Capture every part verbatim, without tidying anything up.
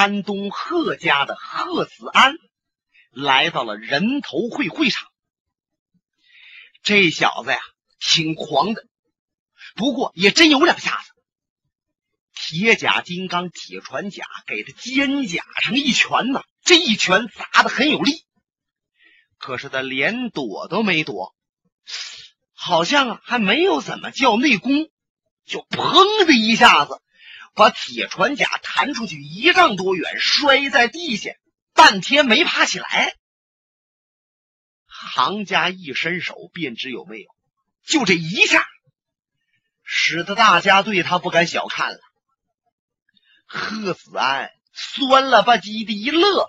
山东贺家的贺子安来到了人头会会场。这小子呀挺狂的，不过也真有两下子。铁甲金刚铁船甲给他肩胛上一拳呢，这一拳砸得很有力，可是他连躲都没躲，好像啊还没有怎么叫内功，就砰的一下子把铁船甲弹出去一丈多远，摔在地下，半天没爬起来。行家一伸手便知有没有，就这一下使得大家对他不敢小看了。贺子安酸了吧唧的一乐，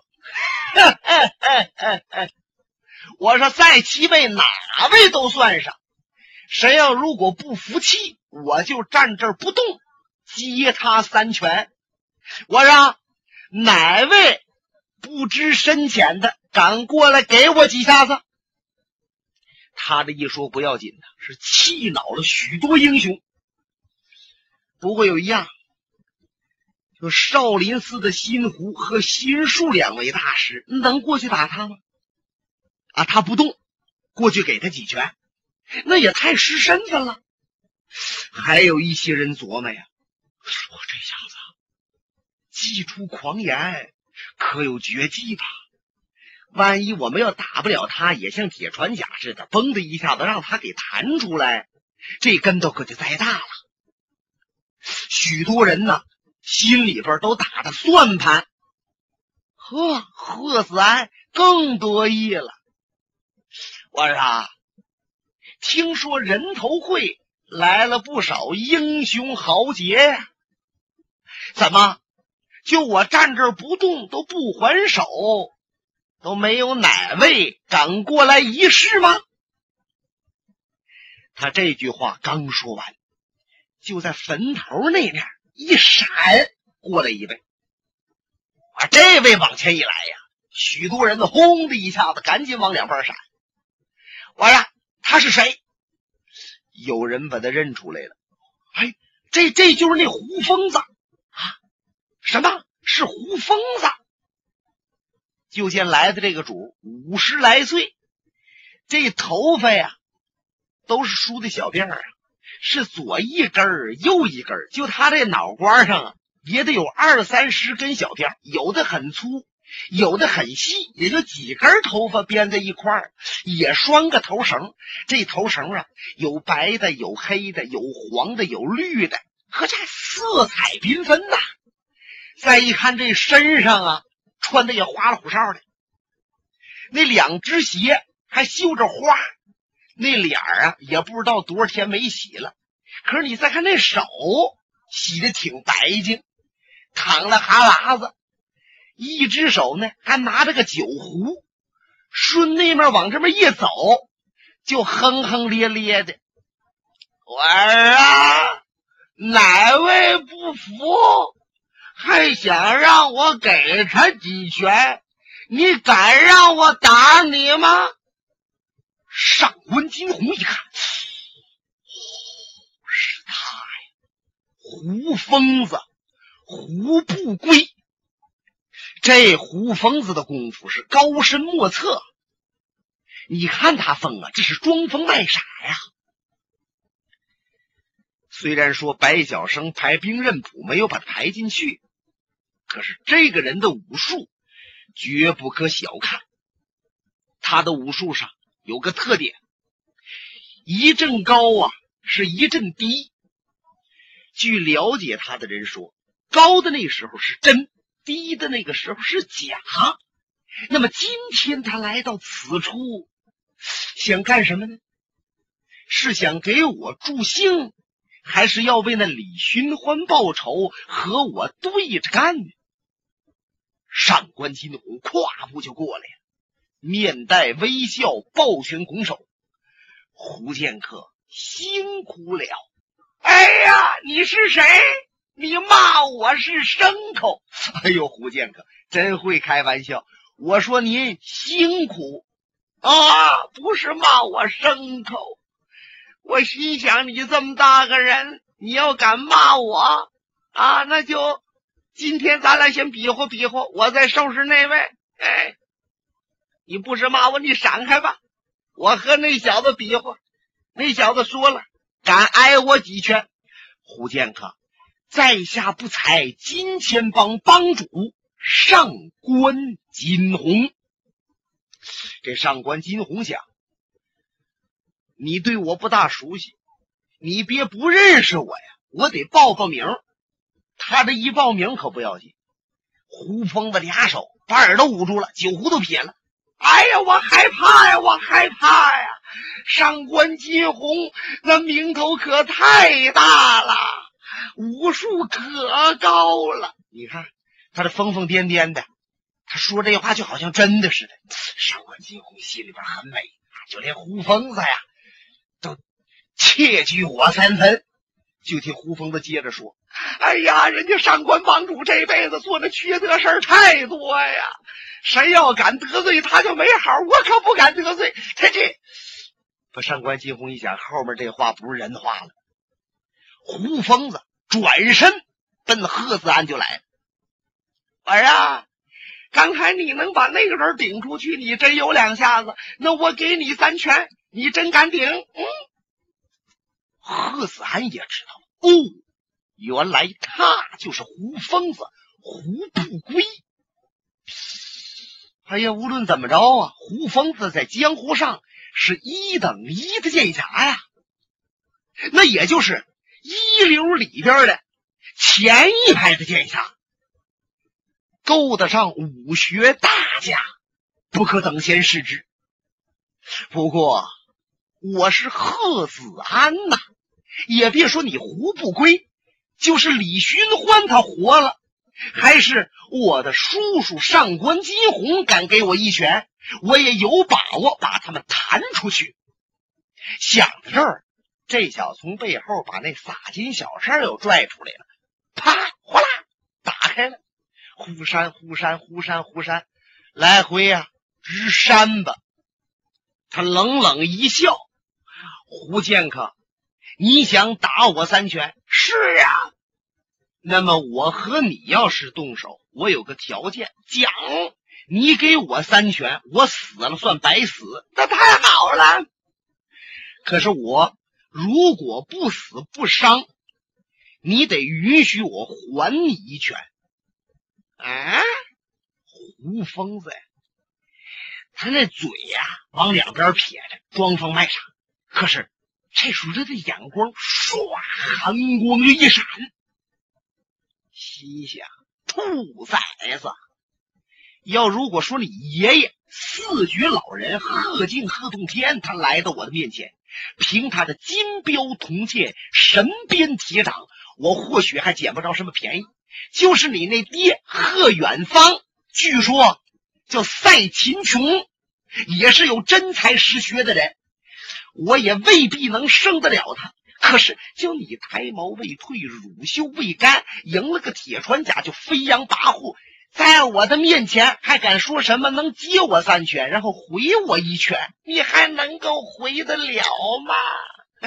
我说在七位哪位都算上，谁要如果不服气，我就站这儿不动，接他三拳。我说哪位不知深浅的敢过来给我几下子。他这一说不要紧的，是气恼了许多英雄。不过有一样，就少林寺的心湖和心术两位大师能过去打他吗？啊，他不动，过去给他几拳，那也太失身份了。还有一些人琢磨呀，说这小子祭出狂言，可有绝技吧？万一我们要打不了他，也像铁船甲似的，嘣的一下子让他给弹出来，这跟头可就栽大了。许多人呢心里边都打着算盘。呵，贺子安更得意了。我说听说人头会来了不少英雄豪杰呀，怎么就我站这儿不动都不还手，都没有哪位敢过来一试吗？他这句话刚说完，就在坟头那面一闪过来一位。啊，这位往前一来呀，许多人的轰的一下子赶紧往两边闪。我说他是谁？有人把他认出来了。哎，这这就是那胡疯子啊！什么是胡疯子？就见来的这个主五十来岁，这头发呀都是梳的小辫儿啊，是左一根儿右一根儿，就他这脑瓜上啊也得有二三十根小辫，有的很粗，有的很细，也就几根头发编在一块儿，也拴个头绳。这头绳啊有白的，有黑的，有黄的，有绿的，可这色彩缤纷呐。再一看这身上啊穿的也花里胡哨的，那两只鞋还绣着花，那脸啊也不知道多少天没洗了，可是你再看那手洗的挺白净，淌了哈喇子，一只手呢还拿着个酒壶，顺那面往这边一走就哼哼咧咧的。我儿啊，哪位不服还想让我给他几拳，你敢让我打你吗？上官金鸿一看，是他呀，胡疯子胡不归。这胡疯子的功夫是高深莫测，你看他疯啊，这是装疯卖傻呀。虽然说白晓生排兵刃谱没有把他排进去，可是这个人的武术绝不可小看。他的武术上有个特点，一阵高啊是一阵低。据了解他的人说，高的那时候是真，低的那个时候是假。那么今天他来到此处想干什么呢？是想给我助兴，还是要为那李寻欢报仇，和我对着干呢？上官金鸿跨步就过来了，面带微笑，抱拳拱手。胡剑客辛苦了。哎呀，你是谁？你骂我是牲口。哎呦，胡剑客真会开玩笑。我说您辛苦啊，不是骂我牲口。我心想，你这么大个人，你要敢骂我啊，那就今天咱俩先比划比划，我再收拾那位。哎，你不是骂我，你闪开吧。我和那小子比划，那小子说了，敢挨我几拳。胡剑客，在下不才金钱帮帮主上官金鸿。这上官金鸿想，你对我不大熟悉，你别不认识我呀，我得报个名。他这一报名可不要紧，胡疯子俩手把耳朵捂住了，酒壶都撇了。哎呀，我害怕呀，我害怕呀！上官金鸿那名头可太大了，武术可高了。你看他这疯疯癫癫的，他说这话就好像真的似的。上官金鸿心里边很美，就连胡疯子呀都窃惧我三分。就听胡疯子接着说，哎呀，人家上官帮主这辈子做的缺德事儿太多呀，谁要敢得罪他就没好，我可不敢得罪他。这把上官金鸿一想，后面这话不是人话了。胡疯子转身奔贺子安就来了。儿啊，刚才你能把那个人顶出去，你真有两下子，那我给你三拳，你真敢顶？嗯，贺子安也知道，哦，原来他就是胡疯子胡不归。哎呀，无论怎么着啊，胡疯子在江湖上是一等一的剑侠呀，那也就是一流里边的前一排的剑侠，够得上武学大家，不可等闲视之。不过我是贺子安呐，也别说你胡不归，就是李寻欢他活了，还是我的叔叔上官金鸿敢给我一拳，我也有把握把他们弹出去。想到这儿，这小子从背后把那洒金小扇又拽出来了，啪哗啦打开了，忽扇忽扇忽扇忽扇，来回啊直扇吧。他冷冷一笑，胡剑客，你想打我三拳？是啊。那么我和你要是动手，我有个条件，讲你给我三拳，我死了算白死。那太好了。可是我如果不死不伤，你得允许我还你一拳。啊，胡疯子呀，他那嘴呀、啊、往两边撇着，装疯卖傻。可是这时候他的眼光唰，寒光就一闪，心想兔崽子，要如果说你爷爷四绝老人贺敬贺洞天他来到我的面前，凭他的金标铜剑神鞭铁掌，我或许还捡不着什么便宜。就是你那爹贺远方，据说叫赛秦琼，也是有真才实学的人，我也未必能胜得了他。可是就你胎毛未退，乳臭未干，赢了个铁穿甲就飞扬跋扈，在我的面前还敢说什么能接我三拳，然后回我一拳，你还能够回得了吗？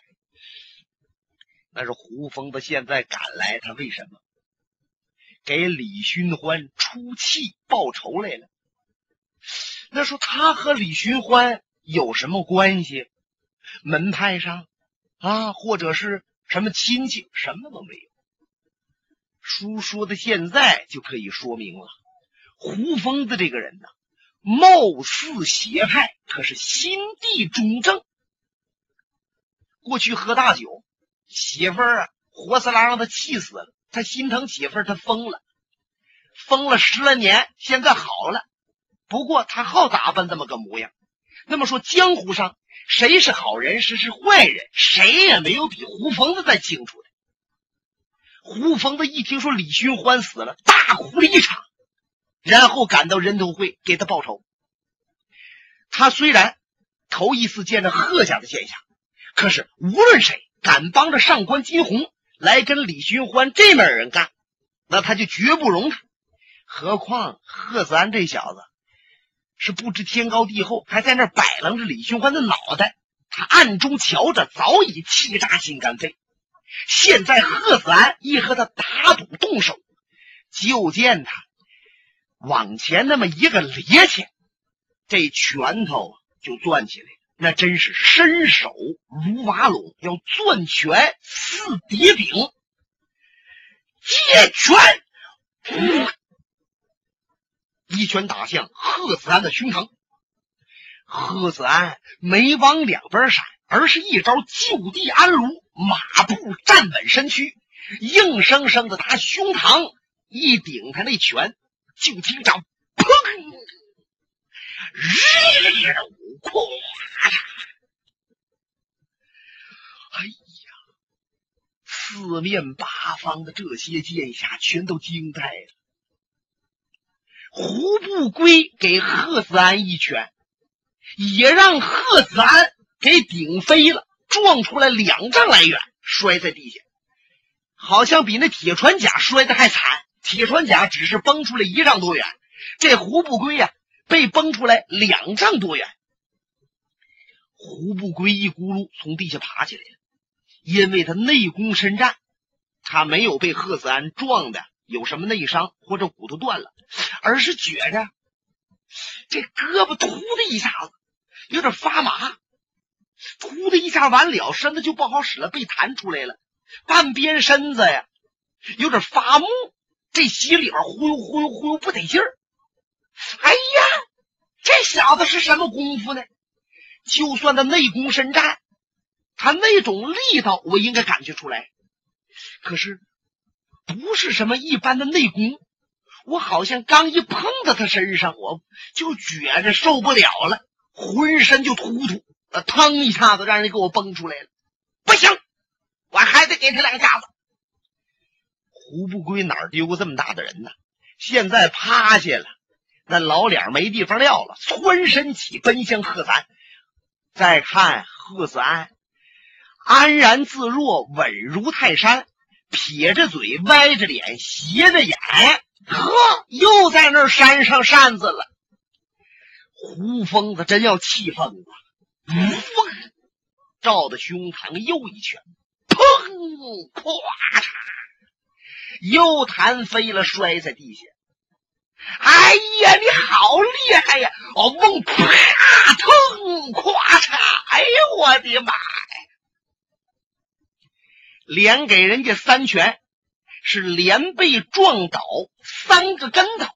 但是胡疯子现在赶来，他为什么给李寻欢出气报仇来了？那说他和李寻欢有什么关系？门派上啊，或者是什么亲戚？什么都没有。书说的现在就可以说明了，胡疯子这个人呢，貌似邪派，可是心地中正。过去喝大酒，媳妇儿啊活死拉让他气死了，他心疼媳妇儿，他疯了，疯了十来年，现在好了。不过他好打扮这么个模样。那么说江湖上谁是好人，谁是坏人，谁也没有比胡疯子再清楚的。胡疯子一听说李寻欢死了，大哭了一场，然后赶到人头会给他报仇。他虽然头一次见着贺家的剑侠，可是无论谁敢帮着上官金鸿来跟李寻欢这面人干，那他就绝不容他。何况贺子安这小子是不知天高地厚，还在那摆弄着李寻欢的脑袋，他暗中瞧着，早已气炸心肝肺。现在贺子安一和他打赌动手， 就见他往前那么一个趔趄，这拳头就攥起来了，那真是伸手如瓦垄，要攥拳似叠饼。借拳、嗯、一拳打向贺子安的胸膛。贺子安没往两边闪，而是一招就地安炉，马步站稳身躯，硬生生的打胸膛一顶他那拳，就听着砰，日哐！哎呀，四面八方的这些剑侠全都惊呆了。胡不归给贺子安一拳，也让贺子安给顶飞了，撞出来两丈来远，摔在地下，好像比那铁船甲摔得还惨。铁船甲只是崩出来一丈多远，这胡不归呀、啊，被崩出来两丈多远。胡不归一咕噜从地下爬起来了，因为他内功深战，他没有被贺子安撞的有什么内伤或者骨头断了，而是觉着这胳膊突的一下子有点发麻，突的一下完了，身子就不好使了，被弹出来了，半边身子呀有点发木，这心里边忽悠忽悠忽悠不得劲儿。哎呀，这小子是什么功夫呢？就算他内功深战，他那种力道我应该感觉出来，可是不是什么一般的内功，我好像刚一碰到他身上，我就觉着受不了了，浑身就突突，腾一下子让人给我崩出来了。不行，我还得给他两下子。胡不归哪儿丢过这么大的人呢？现在趴下了，那老脸没地方撂了，窜身起奔向贺子安。再看贺子安安然自若，稳如泰山，撇着嘴，歪着脸，斜着眼，呵，又在那儿扇上扇子了。胡疯子真要气疯了，嗯，照着胸膛又一拳，砰，咵嚓，又弹飞了，摔在地下。哎呀，你好厉害呀！哦，嗡，啪，腾，咵嚓！哎呦，我的妈呀！连给人家三拳，是连被撞倒三个跟头。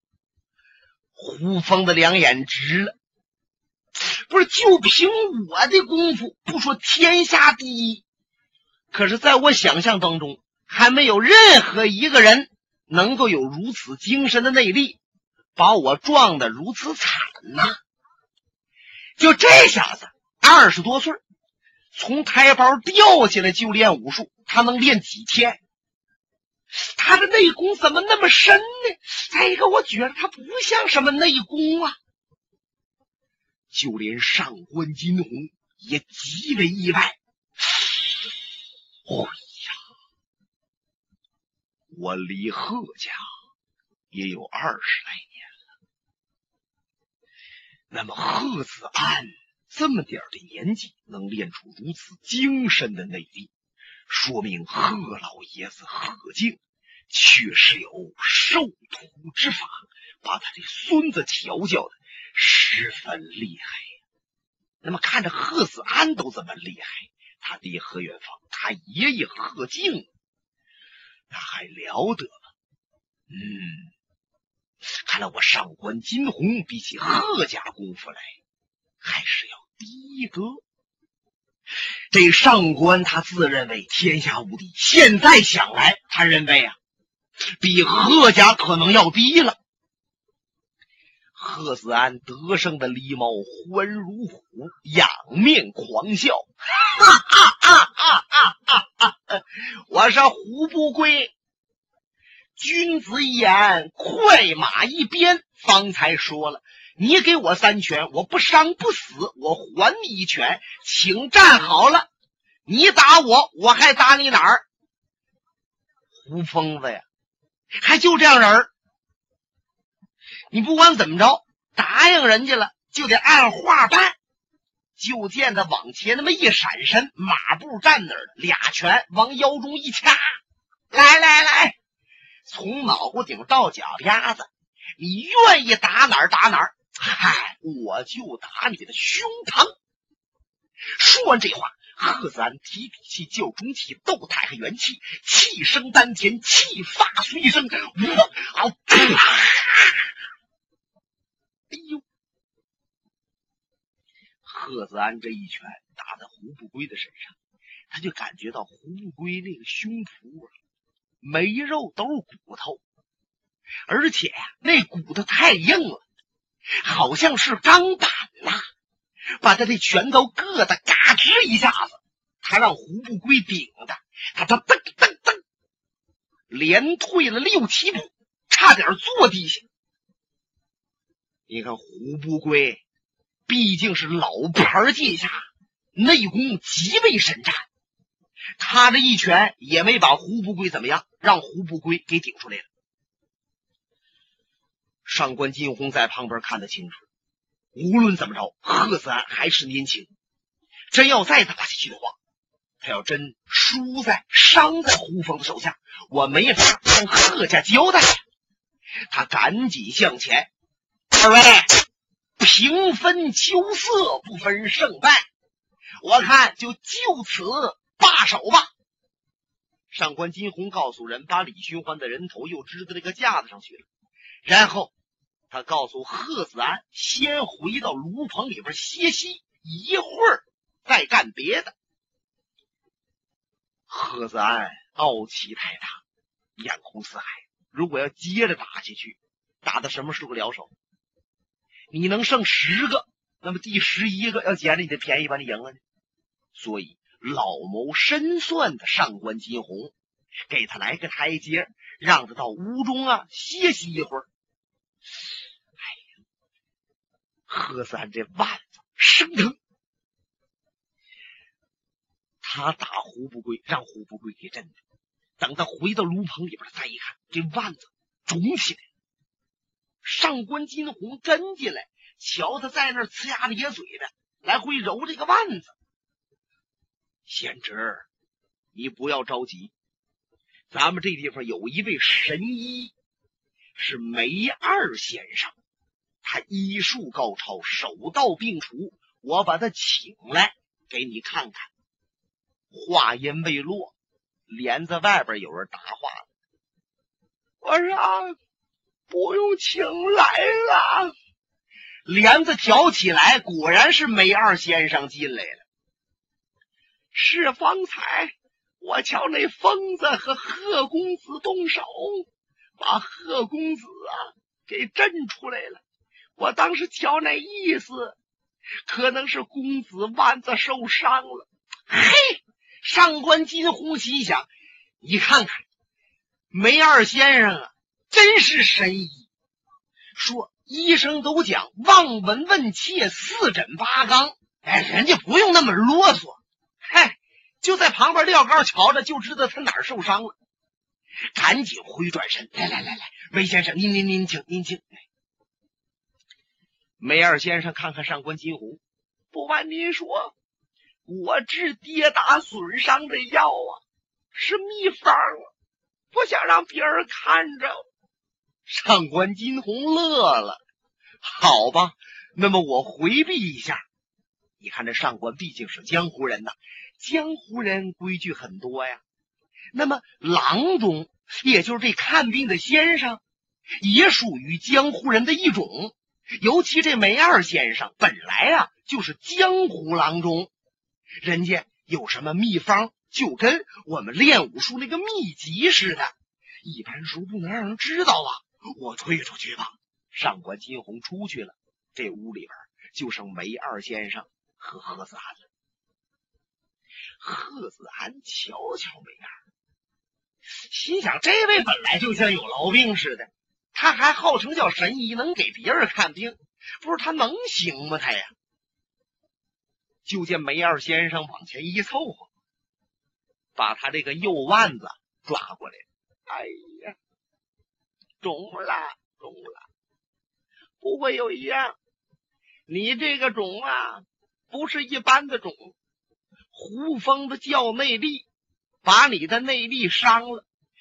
胡疯的两眼直了，不是就凭我的功夫，不说天下第一，可是在我想象当中，还没有任何一个人能够有如此精神的内力，把我撞得如此惨呐、啊！就这小子二十多岁，从台胞掉下来就练武术，他能练几天？他的内功怎么那么深呢？再一个，我觉得他不像什么内功啊。就连上官金鸿也极为意外。哎呀，我离贺家也有二十来年了。那么贺子安这么点的年纪能练出如此精深的内力，说明贺老爷子贺敬确实有授徒之法，把他的孙子调教的十分厉害。那么看着贺子安都这么厉害，他爹贺元芳，他爷爷贺敬，那还了得吗？嗯，看来我上官金鸿比起贺家功夫来还是要低一格。这上官他自认为天下无敌，现在想来他认为啊比贺家可能要低了。贺子安得胜的狸猫欢如虎，仰面狂笑，哈哈哈哈哈哈！我是胡不归，君子一言，快马一鞭。方才说了，你给我三拳，我不伤不死，我还你一拳，请站好了。你打我，我还打你哪儿？胡疯子呀，还就这样人儿。你不管怎么着，答应人家了就得按话办。就见他往前那么一闪身，马步站那儿，俩拳往腰中一掐，来来来， 从脑瓜顶到脚丫子，你愿意打哪儿打哪儿，嗨，我就打你的胸膛。说完这话，贺子安提笔气，较中气，斗太和元气，气声丹田，气发随声，我好啪！哎呦！贺子安这一拳打在胡不归的身上，他就感觉到胡不归那个胸脯啊，没肉都是骨头，而且呀、啊，那骨头太硬了，好像是钢板呐、啊，把他的拳头硌得嘎吱一下子。他让胡不归顶的，他他噔噔噔，连退了六七步，差点坐地下。你看胡不归毕竟是老牌界下，内功极为神战，他这一拳也没把胡不归怎么样，让胡不归给顶出来了。上官金鸿在旁边看得清楚，无论怎么着，贺子安还是年轻，真要再打下去的话，他要真输在伤在胡峰的手下，我没法向贺家交代。他赶紧向前，二位平分秋色，不分胜败，我看就就此罢手吧。上官金鸿告诉人，把李寻欢的人头又支到这个架子上去了，然后他告诉贺子安先回到炉棚里边歇息一会儿，再干别的。贺子安傲气太大，眼红四海，如果要接着打下去，打到什么时候了手？你能剩十个，那么第十一个要捡着你的便宜把你赢了呢。所以老谋深算的上官金鸿给他来个台阶，让他到屋中啊歇息一会儿。哎呀，贺子安这腕子生疼，他打胡不归，让胡不归给震的。等他回到炉棚里边再一看，这腕子肿起来了。上官金鸿跟进来，瞧他在那儿呲牙咧嘴的来回揉这个腕子。贤侄，你不要着急，咱们这地方有一位神医，是梅二先生，他医术高超，手到病除，我把他请来给你看看。话音未落，帘子外边有人答话了：我说不用请来了。帘子挑起来，果然是梅二先生进来了。是方才我瞧那疯子和贺公子动手，把贺公子啊给震出来了。我当时瞧那意思，可能是公子腕子受伤了。嘿，上官金鸿心想，你看看梅二先生啊，真是神医。说医生都讲望闻问切，四诊八纲，哎，人家不用那么啰嗦，嗨，就在旁边撂高瞧着，就知道他哪儿受伤了。赶紧回转身，来来来来，梅先生，您您您请您请。梅二先生看看上官金鸿，不瞒您说，我治跌打损伤的药啊，是秘方啊，不想让别人看着。上官金鸿乐了，好吧，那么我回避一下。你看这上官毕竟是江湖人呐，江湖人规矩很多呀。那么郎中，也就是这看病的先生，也属于江湖人的一种。尤其这梅二先生本来啊就是江湖郎中，人家有什么秘方，就跟我们练武术那个秘籍似的，一般书不能让人知道啊。我退出去吧。上官金鸿出去了，这屋里边就剩梅二先生和贺子安了。贺子安瞧瞧梅二，心想这位本来就像有痨病似的，他还号称叫神医，能给别人看病，不是他能行吗？他呀，就见梅二先生往前一凑合，把他这个右腕子抓过来。哎呀，肿了肿了，不会有一样，你这个肿啊不是一般的肿，胡疯的叫内力，把你的内力伤了，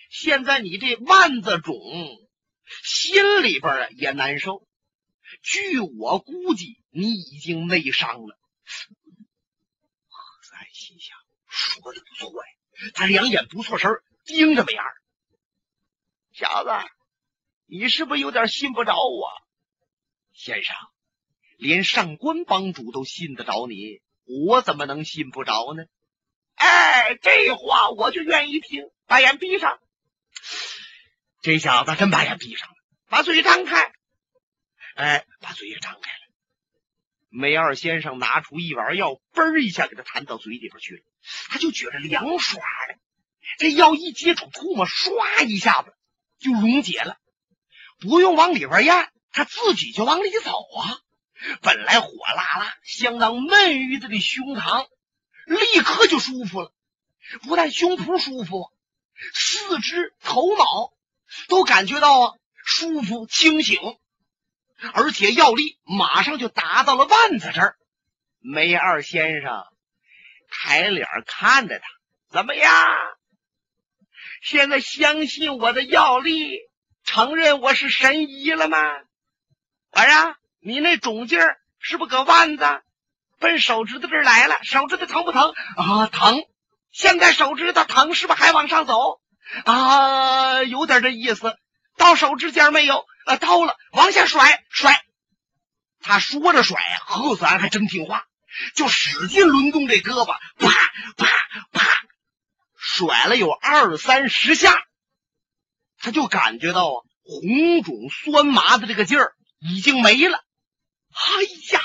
现在你这腕子肿，心里边啊也难受。据我估计，你已经内伤了。何子安心想，说的不错呀。他两眼不错神盯着梅二。小子，你是不是有点信不着我？先生，连上官帮主都信得着你，我怎么能信不着呢？哎，这话我就愿意听。把眼闭上。这小子真把眼闭上了，把嘴张开。哎，把嘴也张开了。梅二先生拿出一碗药，嘣一下给他弹到嘴里边去了。他就觉得凉爽的，这药一接触唾沫，唰一下子就溶解了，不用往里边咽，他自己就往里走啊。本来火辣辣相当闷郁的这胸膛立刻就舒服了，不但胸脯舒服，四肢头脑都感觉到啊舒服清醒，而且药力马上就达到了腕子这儿。梅二先生抬脸看着他，怎么样？现在相信我的药力，承认我是神医了吗？儿啊，你那肿劲儿是不是搁腕子奔手指头这儿来了？手指头疼不疼啊？疼。现在手指头疼，是不是还往上走啊？有点这意思。到手指尖没有啊？到了，往下甩甩。他说着甩，贺子安还真听话，就使劲抡动这胳膊，啪啪啪甩了有二三十下。他就感觉到啊红肿酸麻的这个劲儿已经没了。哎呀，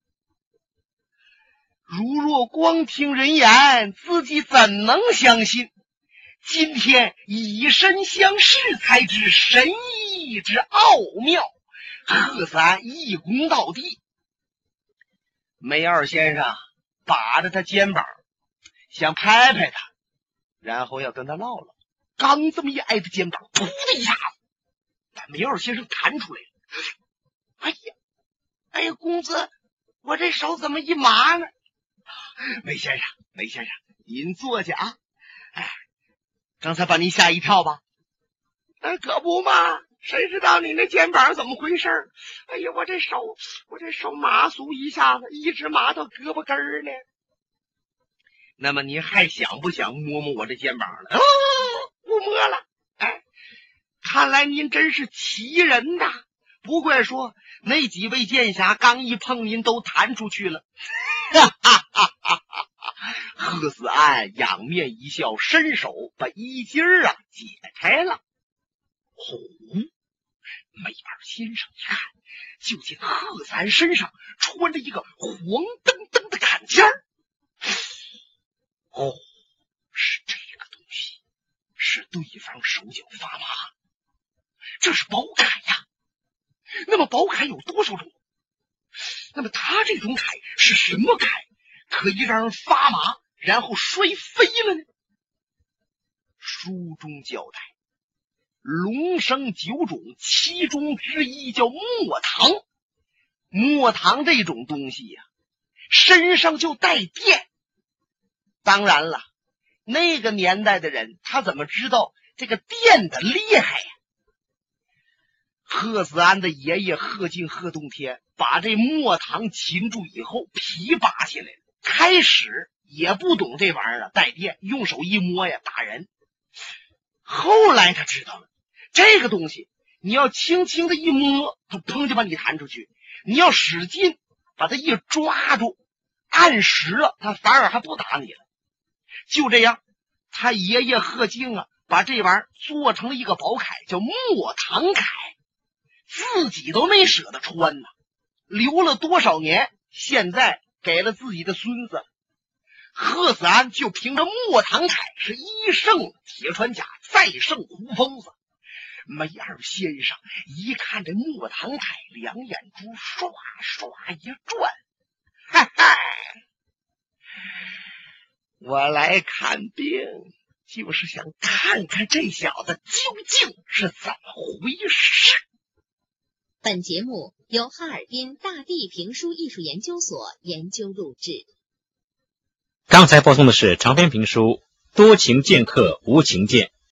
如若光听人言，自己怎能相信？今天以身相试，才知神医之奥妙。贺子安一躬到地。梅二先生把着他肩膀想拍拍他，然后要跟他唠唠，刚这么一挨着肩膀，噗的一下子把梅二先生弹出来了。哎呀哎呀，公子，我这手怎么一麻呢？梅先生梅先生您坐下啊。哎，刚才把您吓一跳吧？哎，可不嘛，谁知道你那肩膀怎么回事？哎呀，我这手我这手麻酥一下子，一直麻到胳膊根儿呢。那么您还想不想摸摸我这肩膀了？哦，不摸了。哎，看来您真是奇人呐，不怪说那几位剑侠刚一碰您都弹出去了。哈哈哈哈哈！贺子安仰面一笑，伸手把衣襟儿啊解开了。呼，梅二先生一看，就见贺子安身上穿着一个黄澄澄的坎肩儿。哦，是这个东西，是对方手脚发麻，这是宝铠呀。那么宝铠有多少种？那么他这种铠是什么铠，可以让人发麻然后摔飞了呢？书中交代，龙生九种，其中之一叫墨糖。墨糖这种东西呀、啊，身上就带电。当然了，那个年代的人他怎么知道这个电的厉害呀？贺子安的爷爷贺敬贺洞天把这墨糖擒住以后，皮拔下来了。开始也不懂这玩意儿啊带电，用手一摸呀打人。后来他知道了，这个东西你要轻轻的一摸，它砰就把你弹出去；你要使劲把它一抓住，按实了，它反而还不打你了。就这样，他爷爷贺敬啊，把这玩意儿做成了一个宝铠，叫墨糖铠，自己都没舍得穿呢，留了多少年，现在给了自己的孙子。贺子安就凭着墨糖铠是一胜铁穿甲，再胜胡疯子。梅二先生一看这墨糖铠，两眼珠刷刷一转，哈哈，我来看病就是想看看这小子究竟是怎么回事。 本节目由哈尔滨大地评书艺术研究所研究录制。刚才播送的是长篇评书《多情剑客无情剑》，